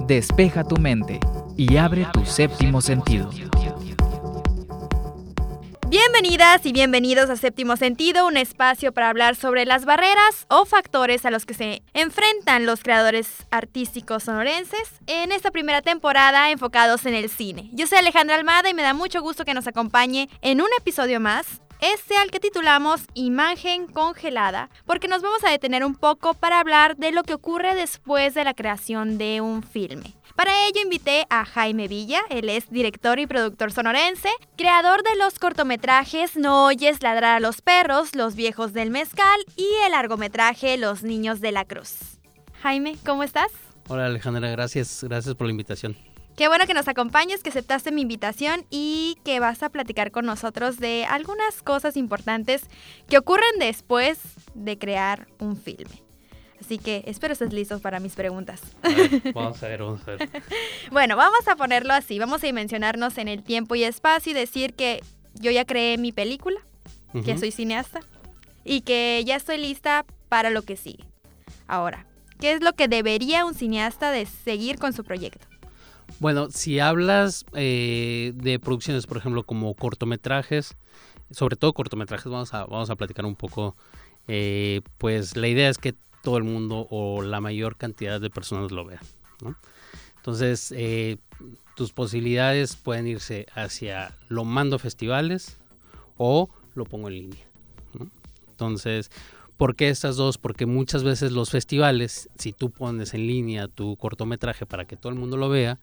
despeja tu mente y abre tu séptimo sentido. Bienvenidas y bienvenidos a Séptimo Sentido, un espacio para hablar sobre las barreras o factores a los que se enfrentan los creadores artísticos sonorenses en esta primera temporada enfocados en el cine. Yo soy Alejandra Almada y me da mucho gusto que nos acompañe en un episodio más, al que titulamos Imagen Congelada, porque nos vamos a detener un poco para hablar de lo que ocurre después de la creación de un filme. Para ello invité a Jaime Villa, él es director y productor sonorense, creador de los cortometrajes No oyes ladrar a los perros, Los viejos del mezcal y el largometraje Los niños de la cruz. Jaime, ¿cómo estás? Hola Alejandra, gracias por la invitación. Qué bueno que nos acompañes, que aceptaste mi invitación y que vas a platicar con nosotros de algunas cosas importantes que ocurren después de crear un filme. Así que espero estés listos para mis preguntas. Vamos a ver. Bueno, vamos a ponerlo así. Vamos a dimensionarnos en el tiempo y espacio y decir que yo ya creé mi película, que soy cineasta y que ya estoy lista para lo que sigue. Ahora, ¿qué es lo que debería un cineasta de seguir con su proyecto? Bueno, si hablas de producciones, por ejemplo, como cortometrajes, sobre todo cortometrajes, vamos a platicar un poco. Pues la idea es que todo el mundo o la mayor cantidad de personas lo vean, ¿no? Entonces, tus posibilidades pueden irse hacia lo mando a festivales o lo pongo en línea, ¿no? Entonces, ¿por qué estas dos? Porque muchas veces los festivales, si tú pones en línea tu cortometraje para que todo el mundo lo vea,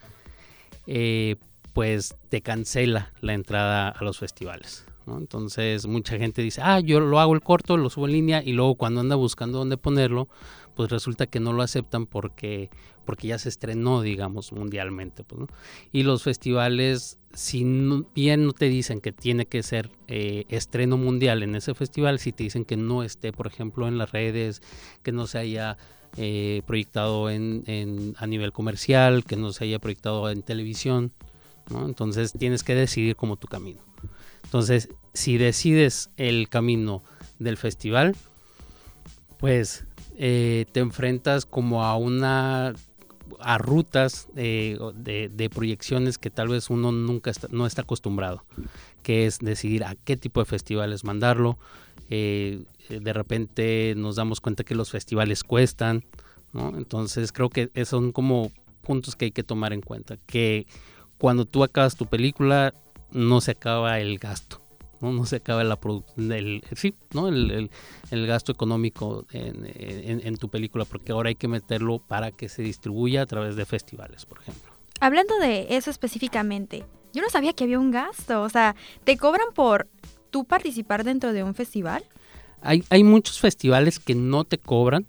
pues te cancela la entrada a los festivales, ¿no? Entonces mucha gente dice, yo lo hago el corto, lo subo en línea y luego cuando anda buscando dónde ponerlo, pues resulta que no lo aceptan porque ya se estrenó, digamos, mundialmente, pues, ¿no? Y los festivales, si bien no te dicen que tiene que ser estreno mundial en ese festival, si te dicen que no esté, por ejemplo, en las redes, que no se haya proyectado a nivel comercial, que no se haya proyectado en televisión, ¿no? Entonces tienes que decidir como tu camino. Entonces, si decides el camino del festival, pues te enfrentas como a rutas de proyecciones que tal vez uno no está acostumbrado, que es decidir a qué tipo de festivales mandarlo. De repente nos damos cuenta que los festivales cuestan, ¿no? Entonces creo que son como puntos que hay que tomar en cuenta, que cuando tú acabas tu película no se acaba el gasto, no se acaba la producción el gasto económico en tu película, porque ahora hay que meterlo para que se distribuya a través de festivales, por ejemplo. Hablando de eso específicamente, yo no sabía que había un gasto, o sea, ¿te cobran por tú participar dentro de un festival? Hay muchos festivales que no te cobran,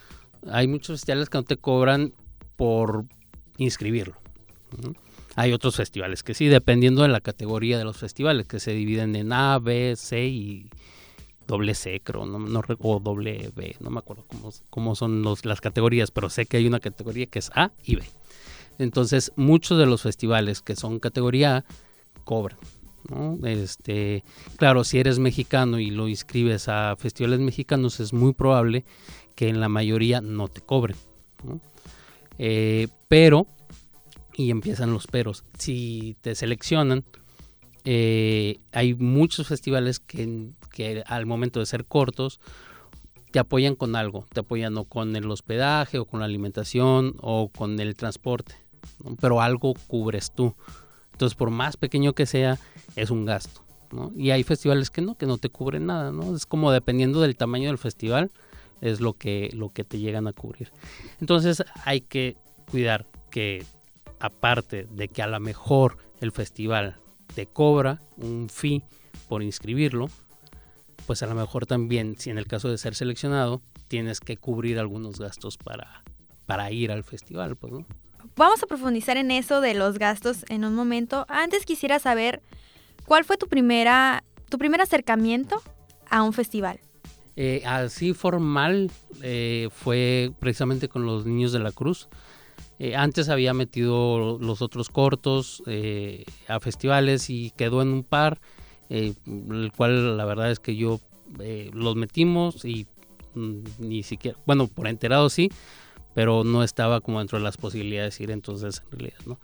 por inscribirlo, ¿no? Hay otros festivales que sí, dependiendo de la categoría de los festivales, que se dividen en A, B, C y doble C, creo, o doble B, no me acuerdo cómo son las categorías, pero sé que hay una categoría que es A y B. Entonces, muchos de los festivales que son categoría A cobran, ¿no? Claro, si eres mexicano y lo inscribes a festivales mexicanos, es muy probable que en la mayoría no te cobren, ¿no? Pero y empiezan los peros. Si te seleccionan, hay muchos festivales que al momento de ser cortos te apoyan con algo, te apoyan o con el hospedaje o con la alimentación o con el transporte, ¿no? Pero algo cubres tú. Entonces, por más pequeño que sea, es un gasto, ¿no? Y hay festivales que no te cubren nada, ¿no? Es como dependiendo del tamaño del festival, es lo que te llegan a cubrir. Entonces, hay que cuidar que, aparte de que a lo mejor el festival te cobra un fee por inscribirlo, pues a lo mejor también, si en el caso de ser seleccionado, tienes que cubrir algunos gastos para ir al festival, pues, ¿no? Vamos a profundizar en eso de los gastos en un momento. Antes quisiera saber, ¿cuál fue tu primer acercamiento a un festival? Así formal fue precisamente con Los Niños de la Cruz. Antes había metido los otros cortos a festivales y quedó en un par, el cual la verdad es que yo los metimos y ni siquiera, bueno, por enterado sí, pero no estaba como dentro de las posibilidades ir entonces en realidad, ¿no?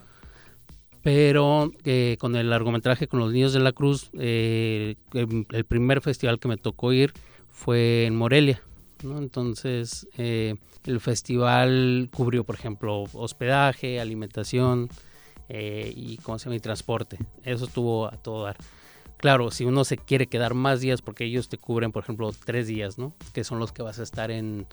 Pero con el largometraje con los Niños de la Cruz, el primer festival que me tocó ir fue en Morelia, ¿no? Entonces el festival cubrió, por ejemplo, hospedaje, alimentación y transporte. Eso estuvo a todo dar. Claro, si uno se quiere quedar más días, porque ellos te cubren, por ejemplo, 3 días, ¿no? Que son los que vas a estar en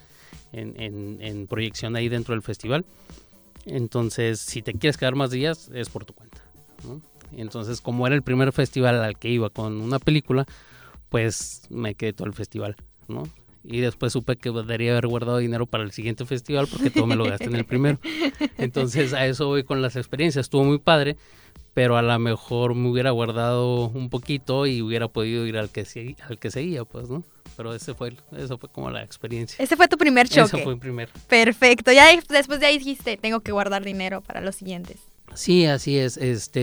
proyección ahí dentro del festival. Entonces, si te quieres quedar más días, es por tu cuenta, ¿no? Entonces, como era el primer festival al que iba con una película, pues me quedé todo el festival, ¿no? Y después supe que debería haber guardado dinero para el siguiente festival porque todo me lo gasté en el primero. Entonces, a eso voy con las experiencias. Estuvo muy padre, pero a lo mejor me hubiera guardado un poquito y hubiera podido ir al que seguía, pues, ¿no? Pero eso fue como la experiencia. Ese fue tu primer choque. Ese fue el primer. Perfecto. Ya después de ahí dijiste, tengo que guardar dinero para los siguientes. Sí, así es.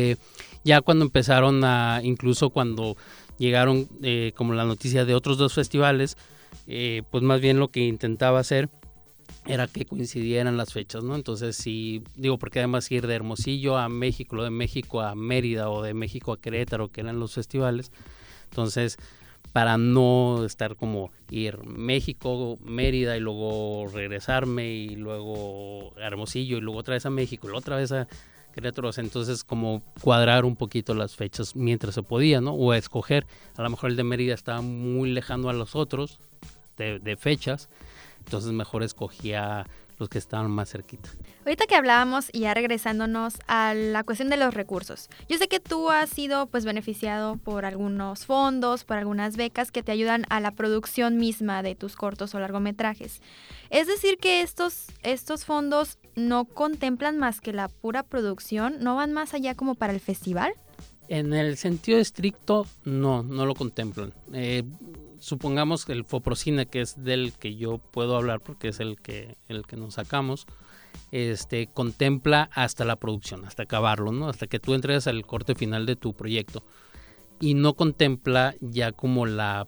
Ya cuando empezaron incluso cuando llegaron como la noticia de otros 2 festivales, pues más bien lo que intentaba hacer era que coincidieran las fechas, ¿no? Entonces sí, porque además ir de Hermosillo a México, de México a Mérida o de México a Querétaro, que eran los festivales, entonces para no estar como ir México, Mérida y luego regresarme y luego a Hermosillo y luego otra vez a México y luego otra vez a Querétaro, entonces como cuadrar un poquito las fechas mientras se podía, ¿no? O escoger, a lo mejor el de Mérida estaba muy lejano a los otros de fechas, entonces mejor escogía los que estaban más cerquita. Ahorita que hablábamos y ya regresándonos a la cuestión de los recursos, yo sé que tú has sido pues beneficiado por algunos fondos, por algunas becas que te ayudan a la producción misma de tus cortos o largometrajes. Es decir que estos fondos no contemplan más que la pura producción, no van más allá como para el festival. En el sentido estricto, no lo contemplan. Supongamos que el Foprocine, que es del que yo puedo hablar porque es el que nos sacamos, contempla hasta la producción, hasta acabarlo, ¿no? Hasta que tú entregas el corte final de tu proyecto. Y no contempla ya como la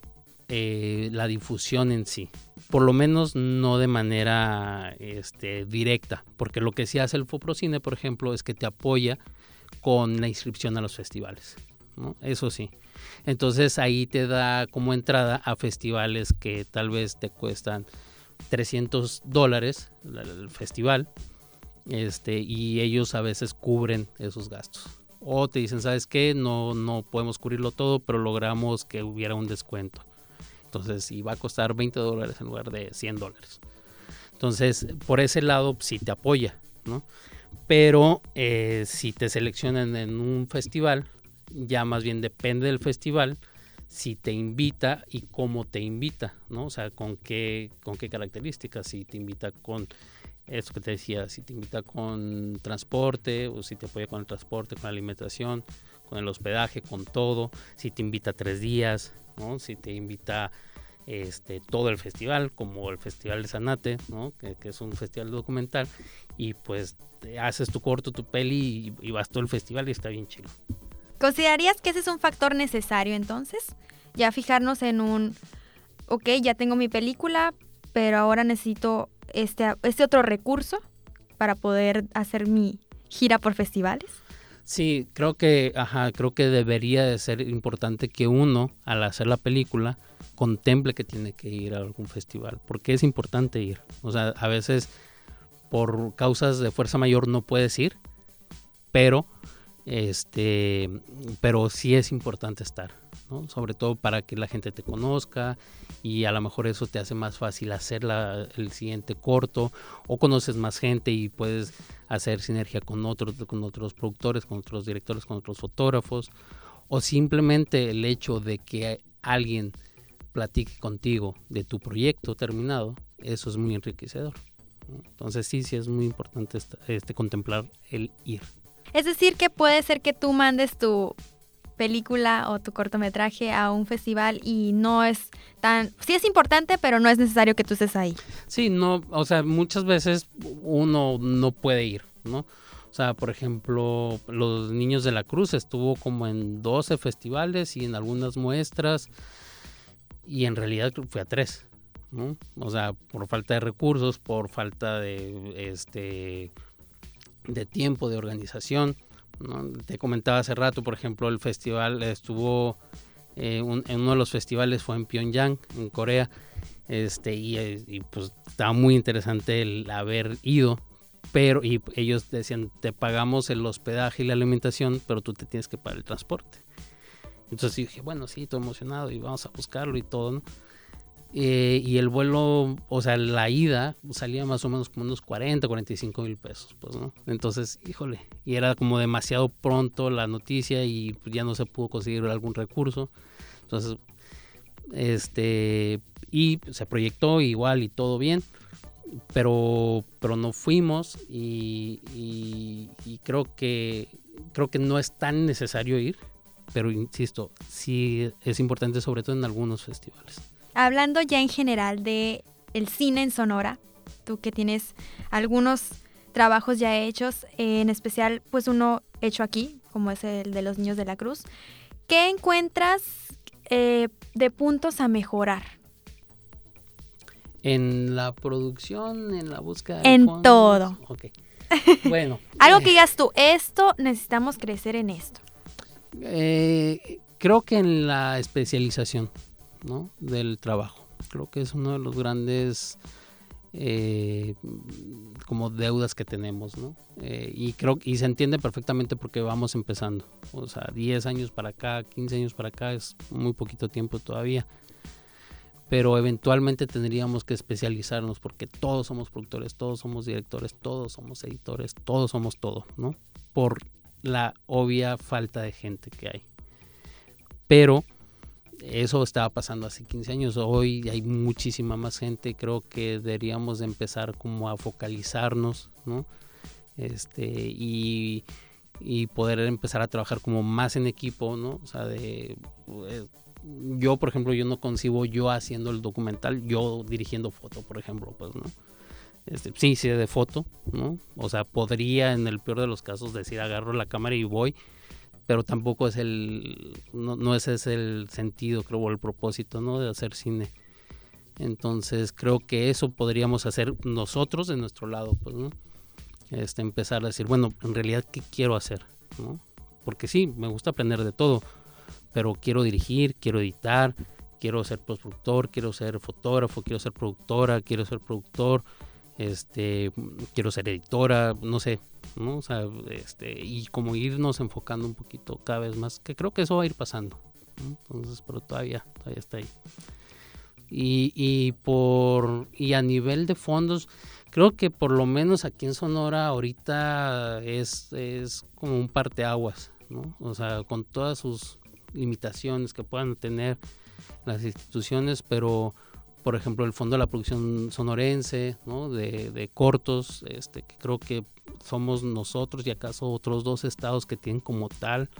difusión en sí. Por lo menos no de manera directa, porque lo que sí hace el Foprocine, por ejemplo, es que te apoya con la inscripción a los festivales, ¿no? Eso sí. Entonces ahí te da como entrada a festivales que tal vez te cuestan $300 el festival, y ellos a veces cubren esos gastos. O te dicen, ¿sabes qué? No podemos cubrirlo todo, pero logramos que hubiera un descuento. Entonces, y va a costar $20 en lugar de $100. Entonces, por ese lado sí te apoya, ¿no? Pero si te seleccionan en un festival, ya más bien depende del festival si te invita y cómo te invita, ¿no? O sea, con qué características, si te invita con eso que te decía, si te invita con transporte o si te apoya con el transporte, con la alimentación, con el hospedaje, con todo, si te invita 3 días, ¿no? Si te invita todo el festival, como el Festival de Zanate, ¿no? Que es un festival documental, y pues haces tu corto, tu peli y vas todo el festival y está bien chido. ¿Considerarías que ese es un factor necesario entonces? Ya fijarnos en ya tengo mi película, pero ahora necesito este otro recurso para poder hacer mi gira por festivales. Sí, creo que debería de ser importante que uno, al hacer la película, contemple que tiene que ir a algún festival, porque es importante ir. O sea, a veces por causas de fuerza mayor no puedes ir, pero sí es importante estar, ¿no? Sobre todo para que la gente te conozca y a lo mejor eso te hace más fácil hacer el siguiente corto, o conoces más gente y puedes hacer sinergia con otros productores, con otros directores, con otros fotógrafos, o simplemente el hecho de que alguien platique contigo de tu proyecto terminado, eso es muy enriquecedor. Entonces sí es muy importante contemplar el ir. Es decir, que puede ser que tú mandes tu película o tu cortometraje a un festival y no es sí es importante, pero no es necesario que tú estés ahí. Sí, no, o sea, muchas veces uno no puede ir, ¿no? O sea, por ejemplo, Los Niños de la Cruz estuvo como en 12 festivales y en algunas muestras, y en realidad fui a 3. ¿no? O sea, por falta de recursos, por falta de tiempo, de organización, ¿no? Te comentaba hace rato, por ejemplo, el festival estuvo, en uno de los festivales fue en Pyongyang, en Corea, y pues estaba muy interesante el haber ido, pero y ellos decían, te pagamos el hospedaje y la alimentación, pero tú te tienes que pagar el transporte. Entonces dije, bueno, sí, estoy emocionado y vamos a buscarlo y todo, ¿no? Y el vuelo, o sea, la ida salía más o menos como unos 45 mil pesos, pues, ¿no? Entonces, híjole, y era como demasiado pronto la noticia y pues ya no se pudo conseguir algún recurso. Entonces, y se proyectó igual y todo bien, pero no fuimos y creo que no es tan necesario ir, pero insisto, sí es importante, sobre todo en algunos festivales. Hablando ya en general de el cine en Sonora, tú que tienes algunos trabajos ya hechos, en especial pues uno hecho aquí, como es el de los Niños de la Cruz, ¿qué encuentras de puntos a mejorar? En la producción, en la búsqueda de fondos, todo. Okay. Bueno. Algo que digas tú, esto necesitamos crecer en esto. Creo que en la especialización, ¿no? Del trabajo. Creo que es uno de los grandes como deudas que tenemos, ¿no? Y se entiende perfectamente porque vamos empezando. O sea, 10 años para acá, 15 años para acá es muy poquito tiempo todavía. Pero eventualmente tendríamos que especializarnos porque todos somos productores, todos somos directores, todos somos editores, todos somos todo, ¿no? Por la obvia falta de gente que hay. Pero eso estaba pasando hace 15 años. Hoy hay muchísima más gente. Creo que deberíamos de empezar como a focalizarnos, ¿no? Y poder empezar a trabajar como más en equipo, ¿no? O sea, yo, por ejemplo, yo no concibo yo haciendo el documental, yo dirigiendo foto, por ejemplo, pues, ¿no? Sí, de foto, ¿no? O sea, podría en el peor de los casos decir agarro la cámara y voy, pero tampoco es no ese es el sentido, creo, o el propósito, ¿no? De hacer cine. Entonces creo que eso podríamos hacer nosotros de nuestro lado, pues, ¿no? Empezar a decir, bueno, en realidad, ¿qué quiero hacer? ¿No? Porque sí, me gusta aprender de todo, pero quiero dirigir, quiero editar, quiero ser postproductor, quiero ser fotógrafo, quiero ser productora, quiero ser productor, quiero ser editora, no sé, ¿no? O sea, y como irnos enfocando un poquito cada vez más, que creo que eso va a ir pasando, ¿no? Entonces, pero todavía está ahí. Y a nivel de fondos, creo que por lo menos aquí en Sonora ahorita es como un parteaguas, ¿no? O sea, con todas sus limitaciones que puedan tener las instituciones, pero por ejemplo el Fondo de la Producción Sonorense, ¿no? de cortos, que creo que somos nosotros y acaso otros 2 estados que tienen como tal,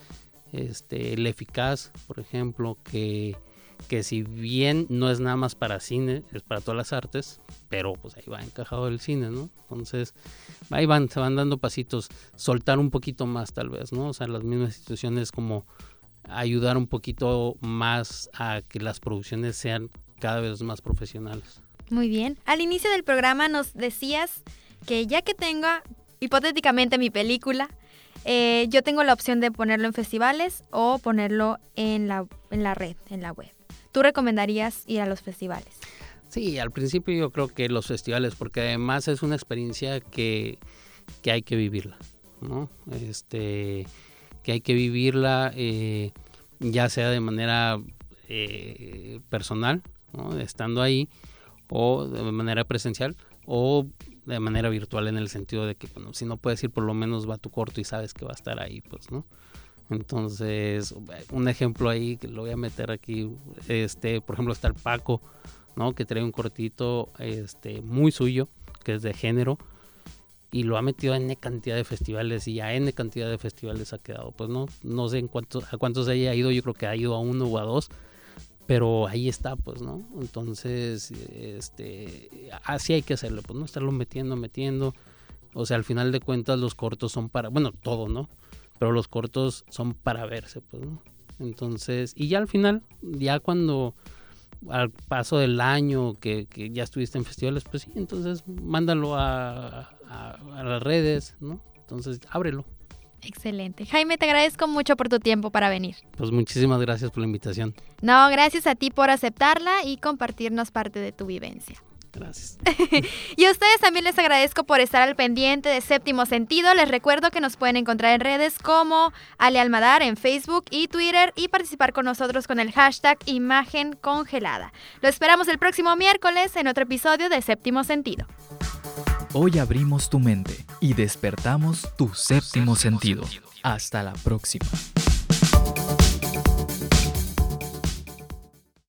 el Eficaz, por ejemplo, que si bien no es nada más para cine, es para todas las artes, pero pues ahí va encajado el cine, ¿no? Entonces ahí se van dando pasitos, soltar un poquito más tal vez, ¿no? O sea, las mismas instituciones como ayudar un poquito más a que las producciones sean cada vez más profesionales. Muy bien. Al inicio del programa nos decías que ya que tenga hipotéticamente mi película, yo tengo la opción de ponerlo en festivales o ponerlo en la red, en la web. ¿Tú recomendarías ir a los festivales? Sí, al principio yo creo que los festivales, porque además es una experiencia que hay que vivirla, ¿no? Que hay que vivirla ya sea de manera personal, ¿no? Estando ahí, o de manera presencial, o de manera virtual, en el sentido de que, bueno, si no puedes ir, por lo menos va tu corto y sabes que va a estar ahí, pues, ¿no? Entonces, un ejemplo ahí que lo voy a meter aquí, por ejemplo, está el Paco, ¿no? Que trae un cortito muy suyo, que es de género, y lo ha metido en N cantidad de festivales, y a N cantidad de festivales ha quedado, pues no sé a cuántos haya ido, yo creo que ha ido a 1 o a 2, pero ahí está, pues, ¿no? Entonces, así hay que hacerlo, pues, ¿no? Estarlo metiendo, o sea, al final de cuentas los cortos son para, bueno, todo, ¿no? Pero los cortos son para verse, pues, ¿no? Entonces, y ya al final, ya cuando al paso del año que ya estuviste en festivales, pues sí, entonces mándalo a las redes, ¿no? Entonces ábrelo. Excelente. Jaime, te agradezco mucho por tu tiempo para venir. Pues muchísimas gracias por la invitación. No, gracias a ti por aceptarla y compartirnos parte de tu vivencia. Gracias. Y a ustedes también les agradezco por estar al pendiente de Séptimo Sentido. Les recuerdo que nos pueden encontrar en redes como Ale Almadar en Facebook y Twitter y participar con nosotros con el hashtag Imagen Congelada. Lo esperamos el próximo miércoles en otro episodio de Séptimo Sentido. Hoy abrimos tu mente y despertamos tu séptimo sentido. Hasta la próxima.